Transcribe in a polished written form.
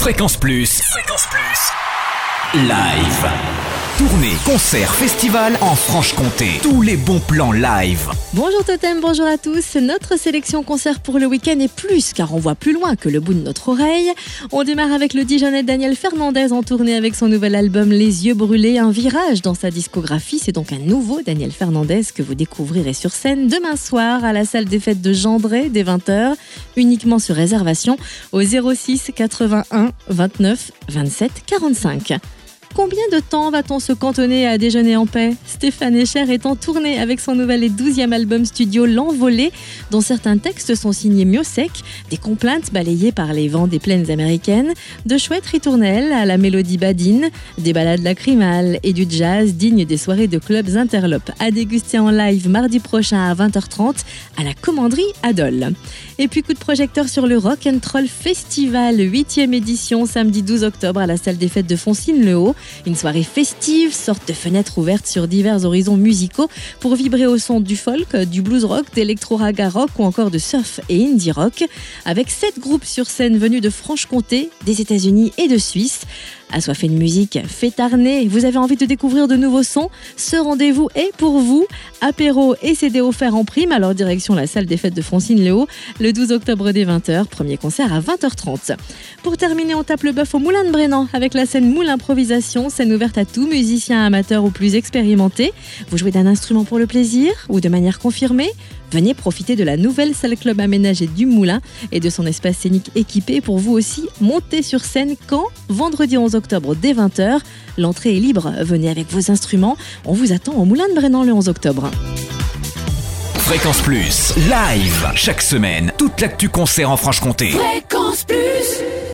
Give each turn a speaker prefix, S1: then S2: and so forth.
S1: Fréquence Plus. Live. Tournée, concert, festival en Franche-Comté. Tous les bons plans live.
S2: Bonjour Totem, bonjour à tous. Notre sélection concert pour le week-end est plus, car on voit plus loin que le bout de notre oreille. On démarre avec le Dijonnais Daniel Fernandez en tournée avec son nouvel album Les Yeux Brûlés. Un virage dans sa discographie. C'est donc un nouveau Daniel Fernandez que vous découvrirez sur scène demain soir à la salle des fêtes de Gendré dès 20h. Uniquement sur réservation au 06 81 29 27 45. Combien de temps va-t-on se cantonner à déjeuner en paix ? Stéphane Echer est en tournée avec son nouvel et 12e album studio L'Envolée, dont certains textes sont signés Miossec, des complaintes balayées par les vents des plaines américaines, de chouettes ritournelles à la mélodie badine, des ballades lacrymales et du jazz digne des soirées de clubs interlopes, à déguster en live mardi prochain à 20h30 à la Commanderie Adol. Et puis coup de projecteur sur le Rock and Troll Festival, 8e édition, samedi 12 octobre à la salle des fêtes de Foncine-le-Haut. Une soirée festive, sorte de fenêtre ouverte sur divers horizons musicaux pour vibrer au son du folk, du blues rock, d'électro-raga rock ou encore de surf et indie rock. Avec 7 groupes sur scène venus de Franche-Comté, des États-Unis et de Suisse. Assoiffé de musique, fêtarné, vous avez envie de découvrir de nouveaux sons ? Ce rendez-vous est pour vous. Apéro et CD offert en prime, alors direction la salle des fêtes de Foncine-le-Haut, le 12 octobre dès 20h, premier concert à 20h30. Pour terminer, on tape le bœuf au Moulin de Brennan avec la scène Moule Improvisation, scène ouverte à tout musicien amateur ou plus expérimenté. Vous jouez d'un instrument pour le plaisir ou de manière confirmée ? Venez profiter de la nouvelle salle club aménagée du Moulin et de son espace scénique équipé pour vous aussi monter sur scène quand ? Vendredi 11 octobre dès 20h. L'entrée est libre, venez avec vos instruments. On vous attend au Moulin de Brennan le 11 octobre.
S1: Fréquence Plus, live. Chaque semaine, toute l'actu concert en Franche-Comté.
S3: Fréquence Plus.